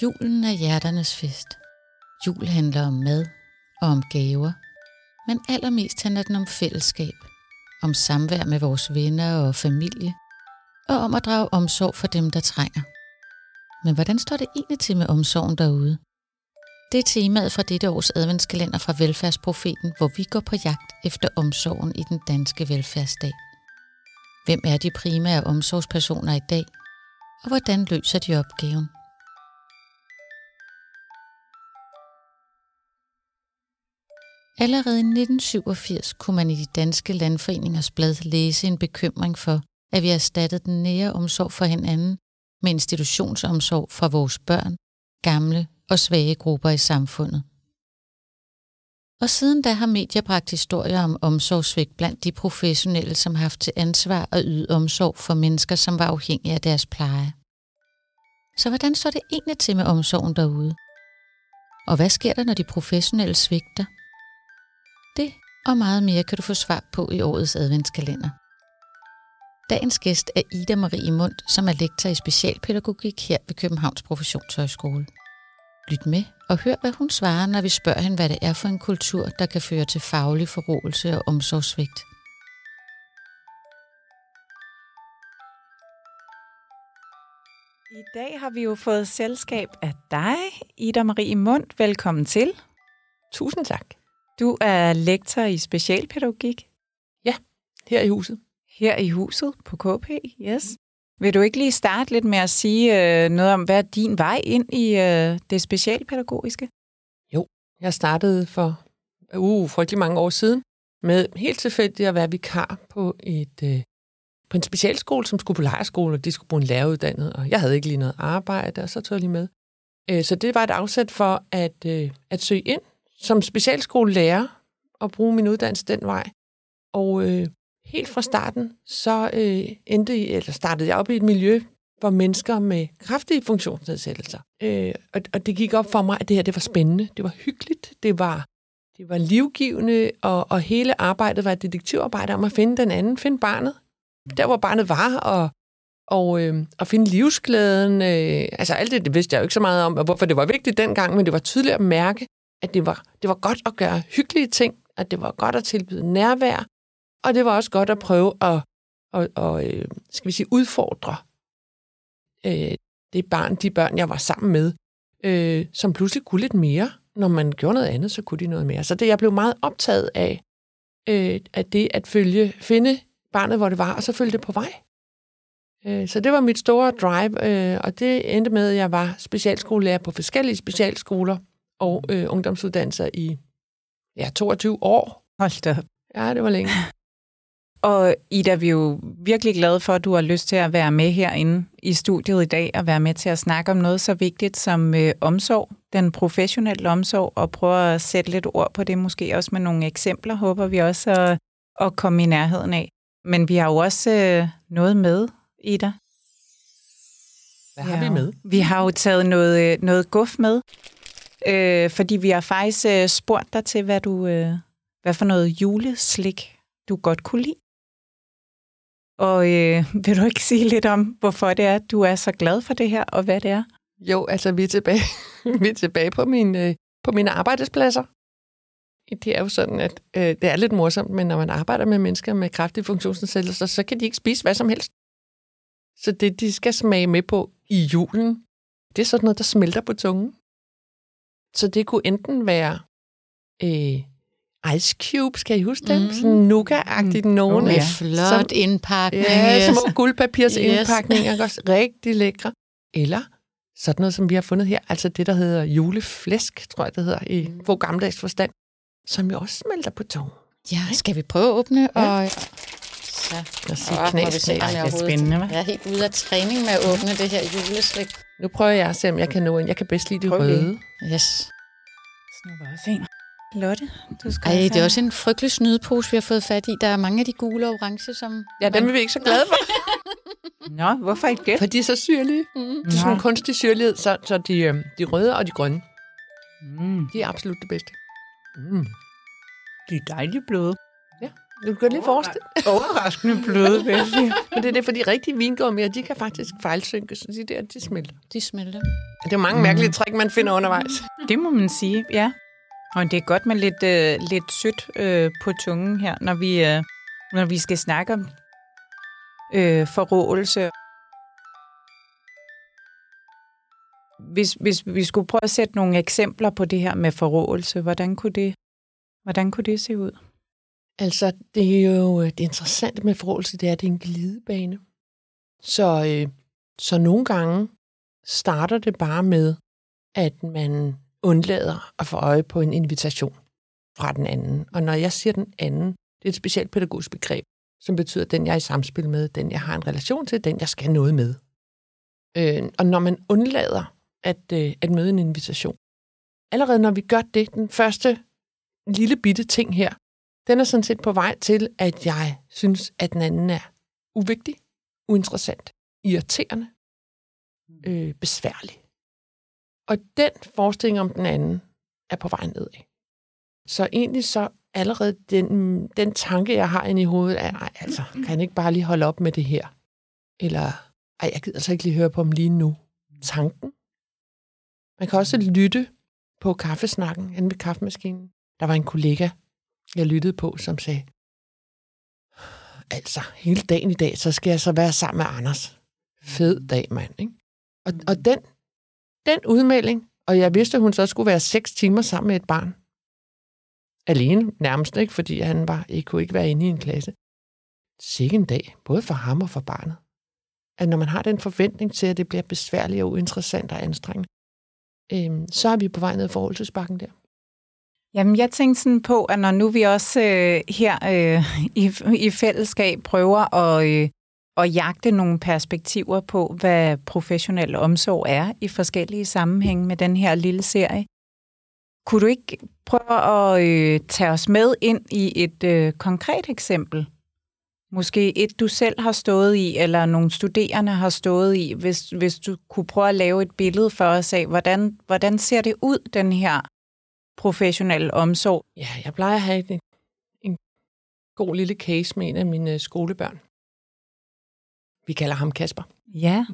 Julen er hjerternes fest. Jul handler om mad og om gaver, men allermest handler den om fællesskab, om samvær med vores venner og familie, og om at drage omsorg for dem, der trænger. Men hvordan står det egentlig til med omsorgen derude? Det er temaet fra dette års adventskalender fra Velfærdsprofeten, hvor vi går på jagt efter omsorgen i den danske velfærdsdag. Hvem er de primære omsorgspersoner i dag, og hvordan løser de opgaven? Allerede i 1987 kunne man i de danske landforeningers blad læse en bekymring for, at vi har erstattet den nære omsorg for hinanden med institutionsomsorg for vores børn, gamle og svage grupper i samfundet. Og siden da har medier bragt historier om omsorgssvigt blandt de professionelle, som har haft til ansvar at yde omsorg for mennesker, som var afhængige af deres pleje. Så hvordan står det egentlig til med omsorgen derude? Og hvad sker der, når de professionelle svigter? Det og meget mere kan du få svar på i årets adventskalender. Dagens gæst er Ida Marie Mundt, som er lektor i specialpædagogik her ved Københavns Professionshøjskole. Lyt med og hør, hvad hun svarer, når vi spørger hende, hvad det er for en kultur, der kan føre til faglig forråelse og omsorgssvigt. I dag har vi jo fået selskab af dig, Ida Marie Mundt. Velkommen til. Tusind tak. Du er lektor i specialpædagogik. Ja, her i huset. Her i huset på KP, yes. Vil du ikke lige starte lidt med at sige noget om, hvad er din vej ind i det specialpædagogiske? Jo, jeg startede for frygtelig mange år siden med helt tilfældigt at være vikar på en specialskole, som skulle på lejrskole, og de skulle bruge en læreruddannet, og jeg havde ikke lige noget arbejde, og så tog jeg lige med. Så det var et afsæt for at søge ind som specialskolelærer og bruge min uddannelse den vej. Og helt fra starten, så startede jeg op i et miljø for mennesker med kraftige funktionsnedsættelser. Og det gik op for mig, at det her det var spændende, det var hyggeligt, det var livgivende, og hele arbejdet var et detektivarbejde om at finde den anden, finde barnet, der hvor barnet var, og finde livsglæden. Altså alt det vidste jeg jo ikke så meget om, hvorfor det var vigtigt dengang, men det var tydeligt at mærke, at det var godt at gøre hyggelige ting, at det var godt at tilbyde nærvær, og det var også godt at prøve at udfordre de børn, jeg var sammen med, som pludselig kunne lidt mere. Når man gjorde noget andet, så kunne de noget mere. Så jeg blev meget optaget af det at finde barnet, hvor det var, og så følge det på vej. Så det var mit store drive, og det endte med, at jeg var specialskolelærer på forskellige specialskoler og ungdomsuddannelser i 22 år. Hold da op. Ja, det var længe. Og Ida, vi er jo virkelig glade for, at du har lyst til at være med herinde i studiet i dag og være med til at snakke om noget så vigtigt som omsorg, den professionelle omsorg, og prøve at sætte lidt ord på det, måske også med nogle eksempler, håber vi også at komme i nærheden af. Men vi har jo også noget med, Ida. Hvad har vi med? Vi har jo taget noget guf med, fordi vi har faktisk spurgt dig til, hvad for noget juleslik du godt kunne lide. Og vil du ikke sige lidt om, hvorfor det er, at du er så glad for det her, og hvad det er? Jo, altså vi er tilbage på mine arbejdspladser. Det er jo sådan, at det er lidt morsomt, men når man arbejder med mennesker med kraftige funktionsnedsættelser, så kan de ikke spise hvad som helst. Så det, de skal smage med på i julen, det er sådan noget, der smelter på tungen. Så det kunne enten være Ice Cubes, kan I huske dem? Sådan nougat-agtigt nogen. Med flot indpakning. Ja, små guldpapirsindpakninger, også rigtig lækre. Eller sådan noget, som vi har fundet her, altså det, der hedder juleflæsk, tror jeg, det hedder, i god gammeldags forstand, som jo også smelter på tungen. Ja, skal vi prøve at åbne? Ja. Og Så jeg siger knas. Det er spændende, hva'? Jeg er helt ude af træning med at åbne det her juleslik. Nu prøver jeg at se, om jeg kan nå en. Jeg kan bedst lide det røde. Yes. Nu var også en. Lotte, du skal det er også en frygtelig snydepose, vi har fået fat i. Der er mange af de gule og orange, som... Ja, dem er vi ikke så glade for. Nå, hvorfor ikke det? For de er så syrlige. Det er sådan en kunstig syrlighed, så de røde og de grønne, de er absolut det bedste. De er dejligt bløde. Ja. Du kan lige forestille. Overraskende bløde, vil jeg sige. Men det er det, fordi rigtige vingummier, de kan faktisk fejlsynke, så de smelter. De smelter. Det er mange mærkelige træk, man finder undervejs. Det må man sige, ja. Og det er godt med lidt sødt på tungen her, når vi skal snakke om forrådelse. Hvis vi skulle prøve at sætte nogle eksempler på det her med forrådelse, hvordan kunne det se ud? Altså, det er jo det interessante med forrådelse, det er, at det er en glidebane. Så nogle gange starter det bare med, at man undlader at få øje på en invitation fra den anden. Og når jeg siger den anden, det er et specielt pædagogisk begreb, som betyder, den jeg er i samspil med, den jeg har en relation til, den jeg skal noget med. Og når man undlader at møde en invitation, allerede når vi gør det, den første lille bitte ting her, den er sådan set på vej til, at jeg synes, at den anden er uvigtig, uinteressant, irriterende, besværlig. Og den forestilling om den anden er på vej nedad. Så egentlig så allerede den tanke, jeg har inde i hovedet, er, altså, kan jeg ikke bare lige holde op med det her? Eller, jeg gider altså ikke lige høre på dem lige nu. Tanken. Man kan også lytte på kaffesnakken inde ved kaffemaskinen. Der var en kollega, jeg lyttede på, som sagde, altså, hele dagen i dag, så skal jeg så være sammen med Anders. Fed dag, mand, ikke? Og den udmelding, og jeg vidste, at hun så skulle være 6 timer sammen med et barn. Alene, nærmest ikke, fordi han kunne ikke være inde i en klasse. Sikke en dag, både for ham og for barnet. At når man har den forventning til, at det bliver besværligt og uinteressant og anstrengende, så er vi på vej ned i forholdelsesbakken der. Jamen, jeg tænkte sådan på, at når nu vi også her i fællesskab prøver at jagte nogle perspektiver på, hvad professionel omsorg er i forskellige sammenhænge med den her lille serie, kunne du ikke prøve at tage os med ind i et konkret eksempel? Måske et, du selv har stået i, eller nogle studerende har stået i, hvis du kunne prøve at lave et billede for os af, hvordan ser det ud, den her professionelle omsorg? Ja, jeg plejer at have en god lille case med en af mine skolebørn. Vi kalder ham Kasper. Ja.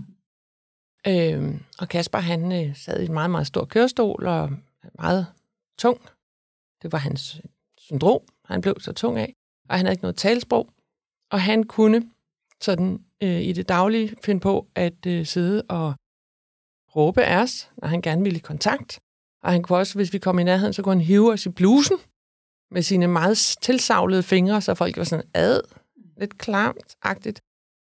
Og Kasper, han sad i en meget, meget stor kørestol og meget tung. Det var hans syndrom, han blev så tung af. Og han havde ikke noget talesprog. Og han kunne sådan i det daglige finde på at sidde og råbe af os, når han gerne ville i kontakt. Og han kunne også, hvis vi kom i nærheden, så kunne han hive os i blusen med sine meget tilsavlede fingre, så folk var sådan lidt klamt-agtigt.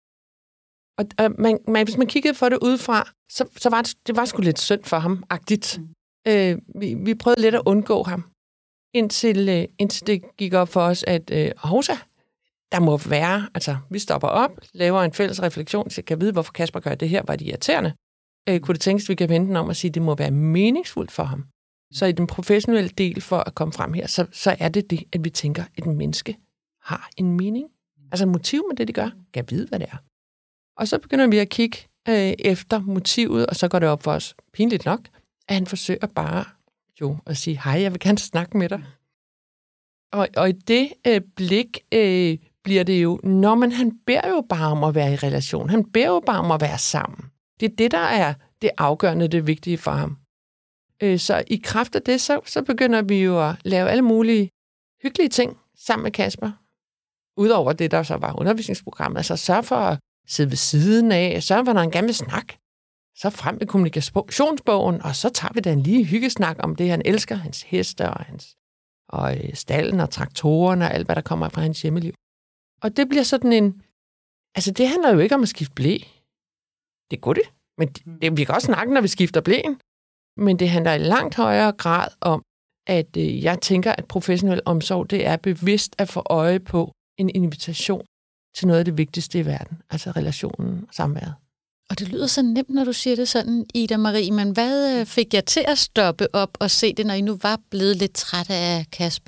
Og hvis man kiggede for det udefra, så var det var sgu lidt synd for ham-agtigt. Vi prøvede lidt at undgå ham, indtil det gik op for os, at hovsa, der må være, altså vi stopper op, laver en fælles refleksion, så jeg kan vide, hvorfor Kasper gør det her, var det irriterende. Kunne det tænkes, at vi kan vente den om at sige, at det må være meningsfuldt for ham. Så i den professionelle del for at komme frem her, så er det, at vi tænker, at et menneske har en mening. Altså motiv med det, de gør, kan vide, hvad det er. Og så begynder vi at kigge efter motivet, og så går det op for os, pinligt nok, at han forsøger bare at sige, hej, jeg vil gerne snakke med dig. Og i det blik bliver det jo, han beder jo bare om at være i relation. Han beder jo bare om at være sammen. Det er det, der er det afgørende, det vigtige for ham. Så i kraft af det, så begynder vi jo at lave alle mulige hyggelige ting sammen med Kasper. Udover det, der så var undervisningsprogrammet. Altså sørge for at sidde ved siden af, sørge for, når han gerne vil snakke. Så frem med kommunikationsbogen, og så tager vi da en lige hyggesnak om det, han elsker, hans heste og stallen og traktorerne og alt, hvad der kommer fra hans hjemmeliv. Og det bliver sådan en... Altså, det handler jo ikke om at skifte ble. Det kunne det. Men vi kan også snakke, når vi skifter blæen. Men det handler i langt højere grad om, at jeg tænker, at professionel omsorg, det er bevidst at få øje på en invitation til noget af det vigtigste i verden. Altså relationen og samværet. Og det lyder så nemt, når du siger det sådan, Ida Marie, men hvad fik jeg til at stoppe op og se det, når I nu var blevet lidt træt af Kasper?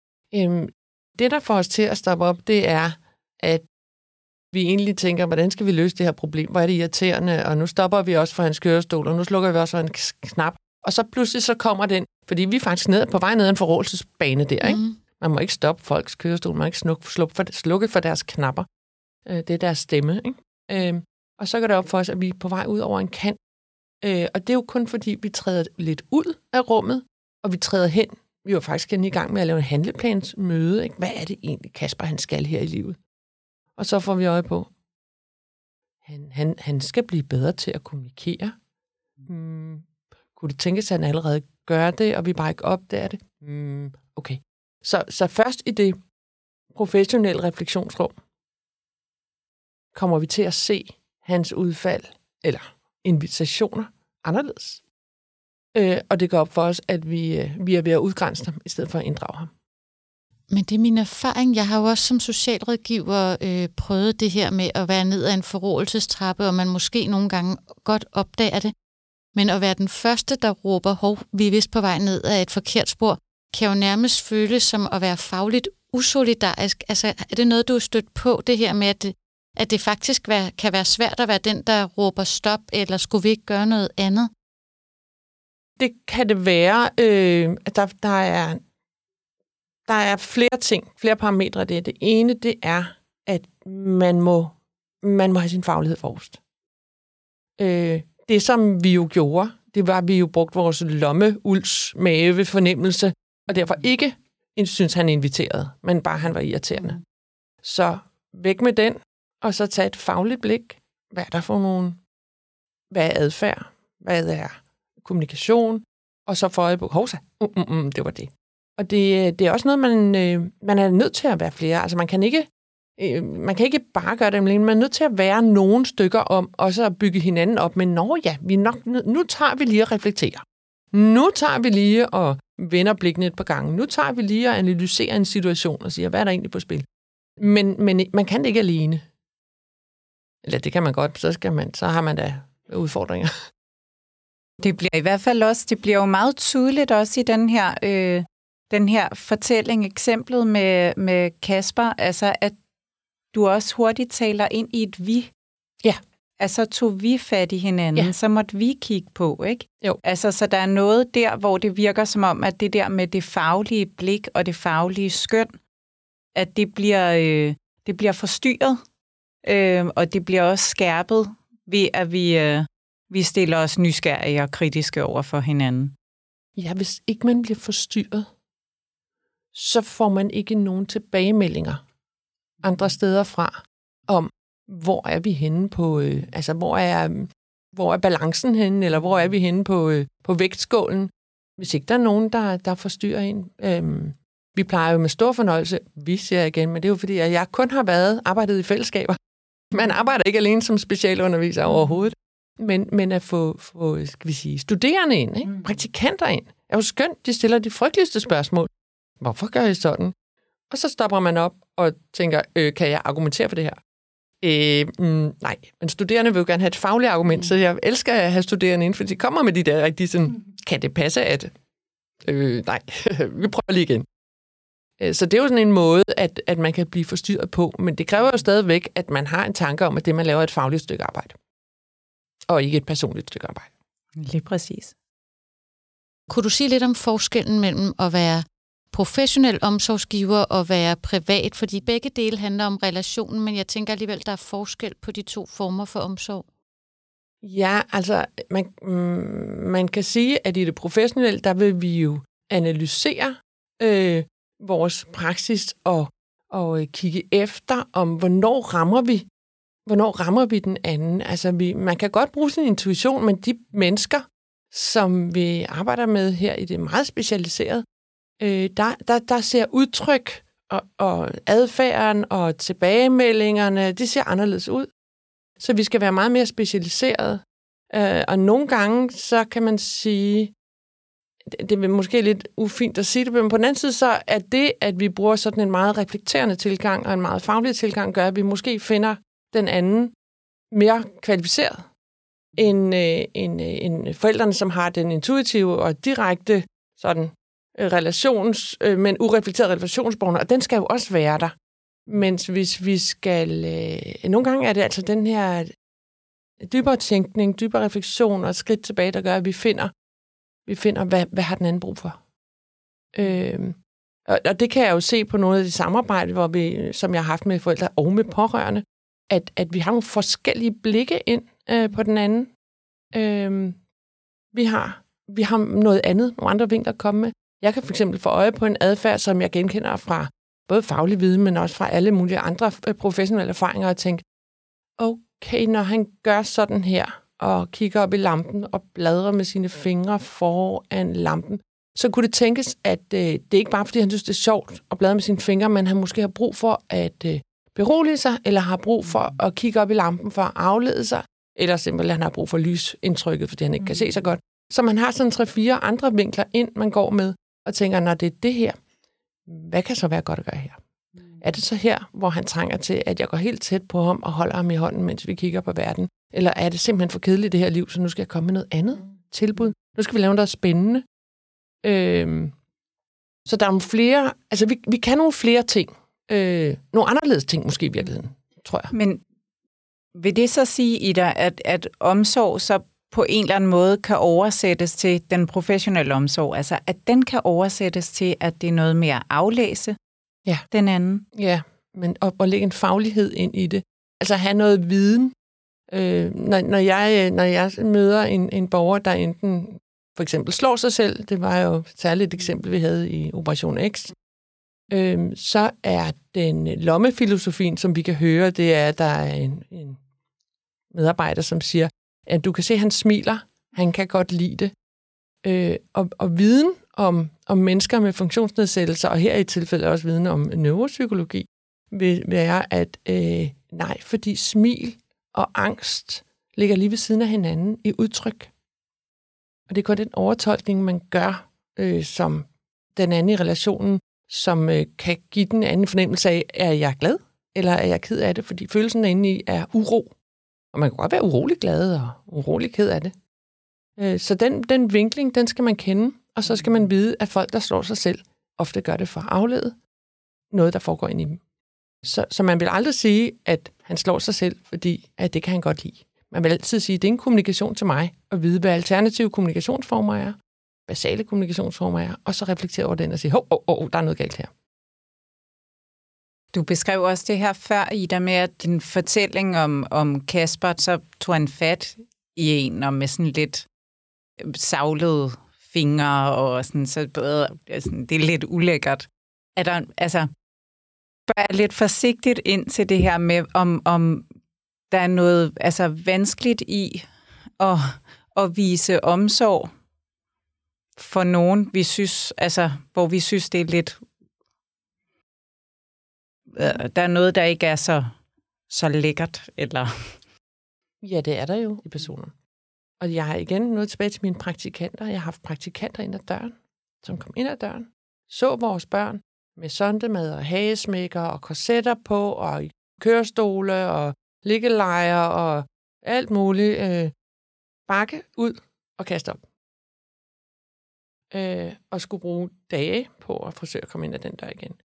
Det, der får os til at stoppe op, det er, at vi egentlig tænker, hvordan skal vi løse det her problem? Hvor er det irriterende? Og nu stopper vi også for hans kørestol, og nu slukker vi også for en knap. Og så pludselig så kommer den, fordi vi er faktisk på vej ned ad en forrådelsesbane der, ikke? Man må ikke stoppe folks kørestol, man må ikke slukke for deres knapper. Det er deres stemme, ikke? Og så går det op for os, at vi er på vej ud over en kant. Og det er jo kun fordi, vi træder lidt ud af rummet, og vi træder hen. Vi var faktisk i gang med at lave en handleplansmøde. Ikke? Hvad er det egentlig, Kasper han skal her i livet? Og så får vi øje på, han skal blive bedre til at kommunikere. Kunne det tænkes, at han allerede gør det, og vi bare ikke opdager det? Okay. Så først i det professionelle refleksionsrum kommer vi til at se hans udfald, eller invitationer, anderledes. Og det går op for os, at vi er ved at udgrænse ham, i stedet for at inddrage ham. Men det er min erfaring. Jeg har jo også som socialrådgiver prøvet det her med at være ned ad en forrådelsestrappe, og man måske nogle gange godt opdager det. Men at være den første, der råber, vi er vist på vej ned ad et forkert spor, kan jo nærmest føles som at være fagligt usolidarisk. Altså, er det noget, du har stødt på, det her med, at det faktisk kan være svært at være den, der råber stop, eller skulle vi ikke gøre noget andet? Det kan det være. Der er flere ting, flere parametre af det. Det ene, det er, at man må have sin faglighed forrest. Det, som vi jo gjorde, det var, at vi jo brugte vores lommeulds mave fornemmelse, og derfor ikke synes han inviterede, men bare han var irriterende. Så væk med den, og så tage et fagligt blik. Hvad er der for nogle? Hvad er adfærd? Hvad er kommunikation? Og så få øje på, det var det. Og det er også noget, man er nødt til at være flere. Altså man kan ikke bare gøre det alene. Man er nødt til at være nogle stykker om, og så at bygge hinanden op. Men nu tager vi lige at reflektere. Nu tager vi lige og vender blikkene et par gange. Nu tager vi lige at analysere en situation og siger, hvad er der egentlig på spil? Men man kan det ikke alene. Eller det kan man godt, så har man da udfordringer. Det bliver i hvert fald også, det bliver jo meget tydeligt også i den her fortælling, eksemplet med Kasper, altså at du også hurtigt taler ind i et vi. Ja. Altså tog vi fat i hinanden, så måtte vi kigge på, ikke? Jo. Altså så der er noget der, hvor det virker som om, at det der med det faglige blik og det faglige skøn, at det bliver forstyrret, og det bliver også skærpet ved, at vi stiller os nysgerrige og kritiske over for hinanden. Ja, hvis ikke man bliver forstyrret, så får man ikke nogen tilbagemeldinger andre steder fra, om hvor er vi henne på, hvor er balancen henne, eller hvor er vi henne på vægtskålen. Hvis ikke der er nogen, der forstyrrer en. Vi plejer jo med stor fornøjelse, vi siger igen, men det er jo fordi, at jeg kun har arbejdet i fællesskaber. Man arbejder ikke alene som specialunderviser overhovedet, men at få skal vi sige, studerende ind, ikke? Praktikanter ind. Det er jo skønt, de stiller de frygteligste spørgsmål. Hvorfor gør I sådan? Og så stopper man op og tænker, kan jeg argumentere for det her? Nej, men studerende vil jo gerne have et fagligt argument, så jeg elsker at have studerende ind, for de kommer med de der rigtig sådan, kan det passe, at nej, vi prøver lige igen. Så det er jo sådan en måde, at man kan blive forstyrret på, men det kræver jo stadigvæk, at man har en tanke om, at det, man laver, er et fagligt stykke arbejde, og ikke et personligt stykke arbejde. Lige præcis. Kunne du sige lidt om forskellen mellem at være professionel omsorgsgiver og være privat? Fordi begge dele handler om relationen, men jeg tænker alligevel, der er forskel på de to former for omsorg. Ja, altså man kan sige, at i det professionelle, der vil vi jo analysere vores praksis og kigge efter, om hvornår rammer vi den anden. Altså man kan godt bruge sin intuition, men de mennesker, som vi arbejder med her i det meget specialiserede, der ser udtryk og adfærden og tilbagemeldingerne, de ser anderledes ud. Så vi skal være meget mere specialiseret. Og nogle gange, så kan man sige, det er måske lidt ufint at sige det, men på den anden side, så er det, at vi bruger sådan en meget reflekterende tilgang og en meget faglig tilgang, gør, at vi måske finder den anden mere kvalificeret end forældrene, som har den intuitive og direkte sådan men ureflekteret relationsborgerne, og den skal jo også være der. Mens hvis vi skal... nogle gange er det altså den her dybere tænkning, dybere refleksion og et skridt tilbage, der gør, at vi finder hvad har den anden brug for. Og det kan jeg jo se på nogle af de samarbejder, som jeg har haft med forældre og med pårørende, at vi har nogle forskellige blikke ind på den anden. Vi har noget andet, nogle andre vinkler at komme med. Jeg kan for eksempel få øje på en adfærd, som jeg genkender fra både faglig viden, men også fra alle mulige andre professionelle erfaringer, og tænke, okay, når han gør sådan her, og kigger op i lampen og bladrer med sine fingre foran lampen, så kunne det tænkes, at det er ikke bare, fordi han synes, det er sjovt at bladre med sine fingre, men han måske har brug for at berolige sig, eller har brug for at kigge op i lampen for at aflede sig, eller simpelthen han har brug for lysindtrykket, fordi han ikke kan se så godt. Så man har sådan 3-4 andre vinkler ind, man går med, og tænker, når det er det her, hvad kan så være godt at gøre her? Er det så her, hvor han trænger til, at jeg går helt tæt på ham og holder ham i hånden, mens vi kigger på verden? Eller er det simpelthen for kedeligt det her liv, så nu skal jeg komme med noget andet tilbud? Nu skal vi lave noget spændende. Så der er nogle flere, altså vi kan nogle flere ting. Nogle anderledes ting måske i virkeligheden, tror jeg. Men vil det så sige, Ida, at omsorg så på en eller anden måde kan oversættes til den professionelle omsorg? Altså at den kan oversættes til, at det er noget mere at aflæse den anden? Ja, men at lægge en faglighed ind i det. Altså have noget viden. Når jeg møder en borger, der enten for eksempel slår sig selv, det var jo et særligt eksempel, vi havde i Operation X, så er den lommefilosofien, som vi kan høre, det er, at der er en medarbejder, som siger, at du kan se, at han smiler, han kan godt lide det. Og viden om mennesker med funktionsnedsættelser, og her i tilfælde også viden om neuropsykologi, vil være, at nej, fordi smil og angst ligger lige ved siden af hinanden i udtryk. Og det er kun den overtolkning, man gør som den anden i relationen, som kan give den anden fornemmelse af, er jeg glad, eller er jeg ked af det? Fordi følelsen inde i er uro. Og man kan godt være urolig glad og urolig ked af det. Så den vinkling, den skal man kende, og så skal man vide, at folk, der slår sig selv, ofte gør det for at aflede noget, der foregår inde i dem. Så man vil aldrig sige, at han slår sig selv, fordi at det kan han godt lide. Man vil altid sige, at det er en kommunikation til mig, at vide, hvad alternative kommunikationsformer er, basale kommunikationsformer er, og så reflektere over den og sige, der er noget galt her. Du beskrev også det her før, Ida, med at din fortælling om Kasper, så tog han fat i en, og med sådan lidt savlede fingre, og sådan, så det er lidt ulækkert. Er der, altså, bare lidt forsigtigt ind til det her med, om der er noget vanskeligt i at vise omsorg for nogen, vi synes, hvor vi synes, det er lidt... Der er noget, der ikke er så lækkert, eller... Ja, det er der jo i personen. Og jeg har igen nået tilbage til mine praktikanter. Jeg har haft praktikanter ind ad døren, som kom ind ad døren, så vores børn med sondemad og hagesmækker og korsetter på, og kørestole og liggelejer og alt muligt. Bakke ud og kaste op. Og skulle bruge dage på at forsøge at komme ind ad den dør igen.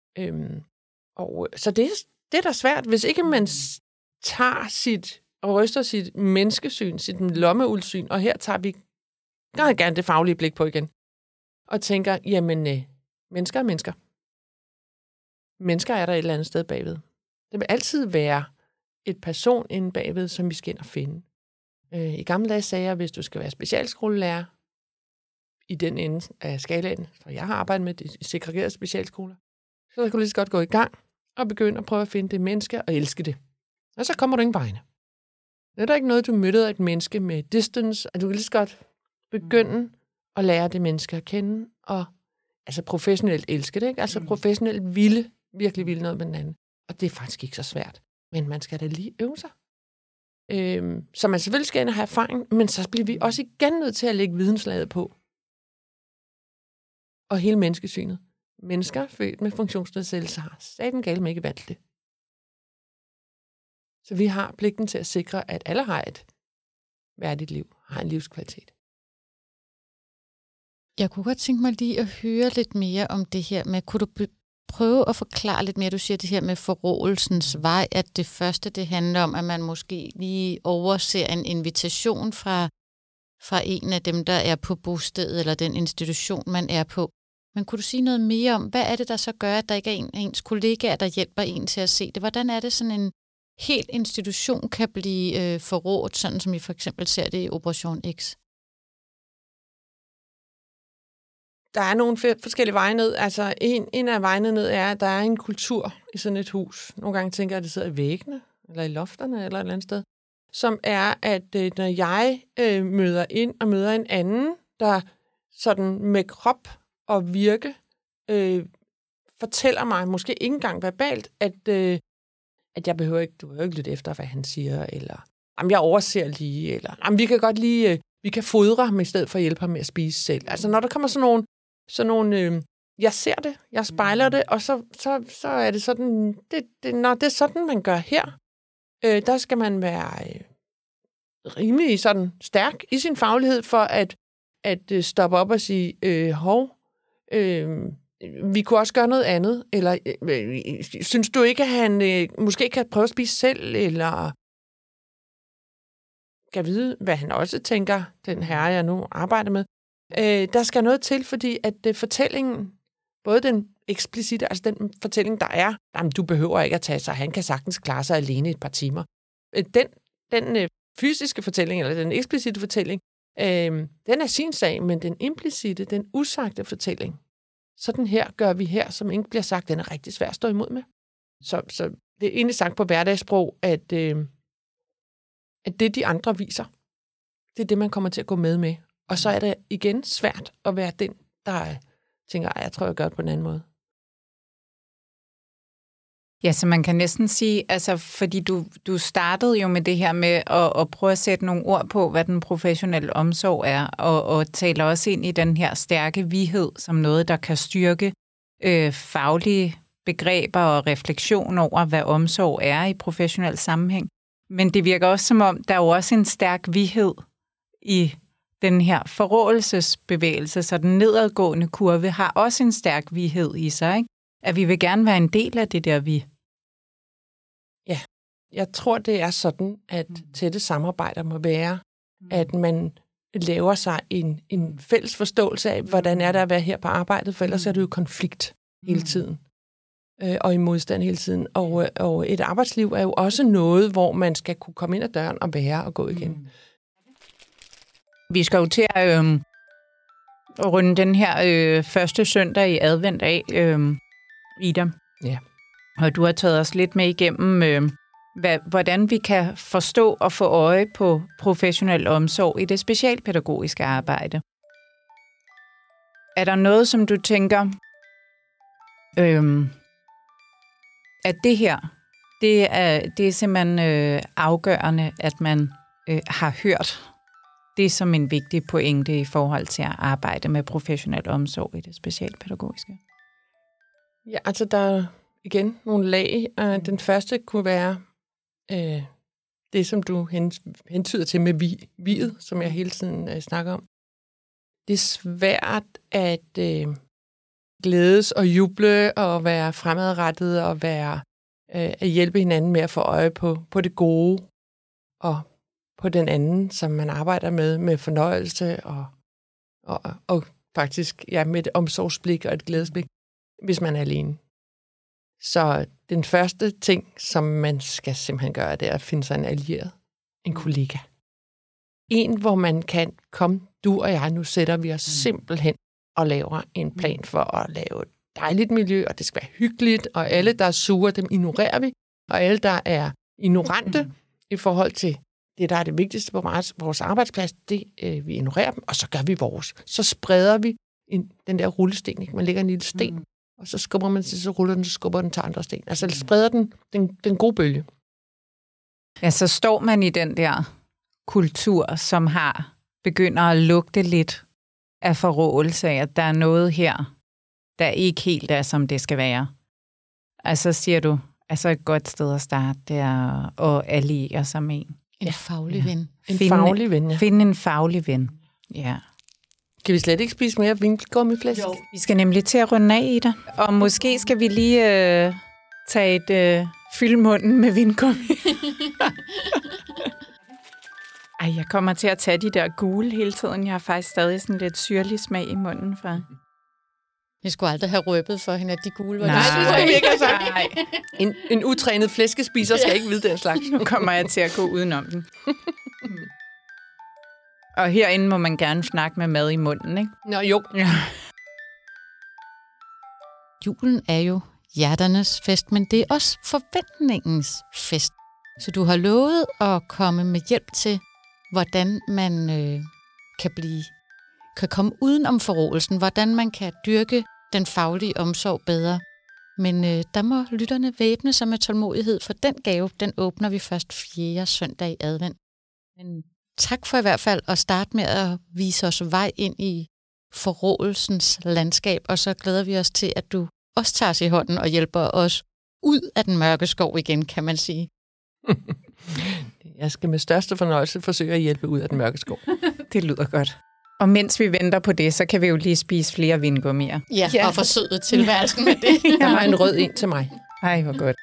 Så det er da svært, hvis ikke man tager og ryster sit menneskesyn, sit lommeudsyn, og her tager vi gerne det faglige blik på igen, og tænker, jamen, mennesker er mennesker. Mennesker er der et eller andet sted bagved. Det vil altid være et person inde bagved, som vi skal ind og finde. I gamle dage sagde jeg, hvis du skal være specialskolelærer, i den ende af skalaen, for jeg har arbejdet med de segregerede specialskoler, så kan du lige så godt gå i gang og begynde at prøve at finde det menneske og elske det. Og så kommer du ingen vegne. Det er der ikke noget, du møder et menneske med distance, og du kan lige så godt begynde at lære det menneske at kende, og professionelt elske det, ikke? Professionelt virkelig ville noget med den anden. Og det er faktisk ikke så svært. Men man skal da lige øve sig. Så man selvfølgelig skal ind og have erfaring, men så bliver vi også igen nødt til at lægge videnslaget på. Og hele menneskesynet. Mennesker født med funktionsnedsættelse har satan galt med ikke valgt det. Så vi har pligten til at sikre, at alle har et værdigt liv, har en livskvalitet. Jeg kunne godt tænke mig lige at høre lidt mere om det her med, kunne du prøve at forklare lidt mere, du siger det her med forrådelsens vej, at det første, det handler om, at man måske lige overser en invitation fra en af dem, der er på bostedet, eller den institution, man er på. Men kunne du sige noget mere om, hvad er det, der så gør, at der ikke er en af ens kollegaer, der hjælper en til at se det? Hvordan er det, sådan en hel institution kan blive forrådt, sådan som I for eksempel ser det i Operation X? Der er nogle forskellige veje ned. Altså, en af vejene ned er, at der er en kultur i sådan et hus. Nogle gange tænker jeg, at det sidder i væggene, eller i lofterne, eller et eller andet sted. Som er, at når jeg møder ind og møder en anden, der sådan med krop og virke fortæller mig, måske ikke engang verbalt, at jeg du behøver ikke lytte efter, hvad han siger, eller jeg overser lige, eller vi kan godt lige, vi kan fodre ham i stedet for at hjælpe ham med at spise selv. Altså når der kommer sådan nogle jeg ser det, jeg spejler det, og så er det sådan, når det er sådan, man gør her, der skal man være rimelig sådan stærk i sin faglighed for at stoppe op og sige, vi kunne også gøre noget andet, eller synes du ikke, at han måske kan prøve at spise selv, eller kan vide, hvad han også tænker, den herre, jeg nu arbejder med. Der skal noget til, fordi at fortællingen, både den eksplicite, altså den fortælling, der er, jamen, du behøver ikke at tage sig, han kan sagtens klare sig alene et par timer. Den fysiske fortælling, eller den eksplicite fortælling, den er sin sag, men den implicite, den usagte fortælling, sådan her gør vi her, som ikke bliver sagt, den er rigtig svær at stå imod med. Så det er egentlig sagt på hverdagssprog, at det, de andre viser, det er det, man kommer til at gå med. Og så er det igen svært at være den, der tænker, jeg tror, jeg gør det på en anden måde. Ja, så man kan næsten sige, altså fordi du startede jo med det her med at prøve at sætte nogle ord på, hvad den professionelle omsorg er, og taler også ind i den her stærke vighed som noget, der kan styrke faglige begreber og refleksion over, hvad omsorg er i professionel sammenhæng. Men det virker også som om, der er jo også en stærk vighed i den her forrådelsesbevægelse, så den nedadgående kurve har også en stærk vighed i sig, ikke? At vi vil gerne være en del af det der vi. Ja, jeg tror, det er sådan, at tætte samarbejder må være, at man laver sig en fælles forståelse af, hvordan er det at være her på arbejdet, for ellers er det jo konflikt hele tiden, og i modstand hele tiden. Og et arbejdsliv er jo også noget, hvor man skal kunne komme ind ad døren og være og gå igen. Vi skal jo til at runde den her første søndag i advent af, Ida. Ja. Og du har taget os lidt med igennem, hvordan vi kan forstå og få øje på professionel omsorg i det specialpædagogiske arbejde. Er der noget, som du tænker, at det her, det er simpelthen afgørende, at man har hørt det som en vigtig pointe i forhold til at arbejde med professionel omsorg i det specialpædagogiske? Ja, altså der er igen nogle lag. Den første kunne være det, som du hentyder til med viet, som jeg hele tiden snakker om. Det er svært at glædes og juble og være fremadrettet og at hjælpe hinanden med at få øje på det gode og på den anden, som man arbejder med fornøjelse og faktisk med et omsorgsblik og et glædesblik, hvis man er alene. Så den første ting, som man skal simpelthen gøre, det er at finde sig en allieret, en kollega. En, hvor man kan komme, du og jeg, nu sætter vi os simpelthen og laver en plan for at lave et dejligt miljø, og det skal være hyggeligt, og alle, der er sure, dem ignorerer vi, og alle, der er ignorante i forhold til det, der er det vigtigste på vores arbejdsplads, det vi ignorerer dem, og så gør vi vores. Så spreder vi den der rullesten, ikke? Man lægger en lille sten, og så skubber man til, så ruller den, så skubber den til andre sten. Altså spreder den gode bølge. Ja, så står man i den der kultur, som begynder at lugte lidt af forrådelse af, at der er noget her, der ikke helt er, som det skal være. Altså siger du, altså et godt sted at starte, det er at alliere sig med en. En faglig ven. Faglig ven, ja. Finde en faglig ven, ja. Kan vi slet ikke spise mere vingummiflæsk? Jo. Vi skal nemlig til at runde af, Ida. Og måske skal vi lige tage fylde munden med vingummi. Ej, jeg kommer til at tage de der gule hele tiden. Jeg har faktisk stadig sådan lidt syrlig smag i munden fra. Vi skulle aldrig have røbet for hende, at de gule var Nej, det skulle vi ikke have sagt. En utrænet flæskespiser skal ikke vide den slags. Nu kommer jeg til at gå udenom den. Og herinde må man gerne snakke med mad i munden, ikke? Nå, jo. Ja. Julen er jo hjerternes fest, men det er også forventningens fest. Så du har lovet at komme med hjælp til, hvordan man kan komme uden om forrådelsen, hvordan man kan dyrke den faglige omsorg bedre. Men der må lytterne væbne sig med tålmodighed, for den gave, den åbner vi først 4. søndag i advent. Men tak for i hvert fald at starte med at vise os vej ind i forrådelsens landskab, og så glæder vi os til, at du også tager os i hånden og hjælper os ud af den mørke skov igen, kan man sige. Jeg skal med største fornøjelse forsøge at hjælpe ud af den mørke skov. Det lyder godt. Og mens vi venter på det, så kan vi jo lige spise flere vingummier. Ja, og forsøge tilværelsen med det. Jeg har en rød en til mig. Ej, hvor godt.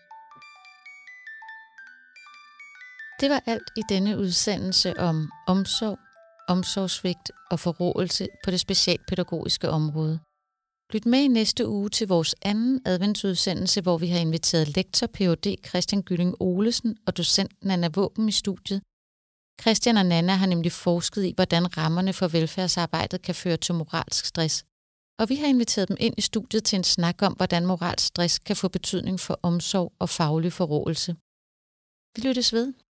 Det var alt i denne udsendelse om omsorg, omsorgssvigt og forrådelse på det specialpædagogiske område. Lyt med i næste uge til vores anden adventsudsendelse, hvor vi har inviteret lektor Ph.D. Christian Gylling Olesen og docent Nanna Våben i studiet. Christian og Nanna har nemlig forsket i, hvordan rammerne for velfærdsarbejdet kan føre til moralsk stress. Og vi har inviteret dem ind i studiet til en snak om, hvordan moralsk stress kan få betydning for omsorg og faglig forrådelse. Vi lyttes ved.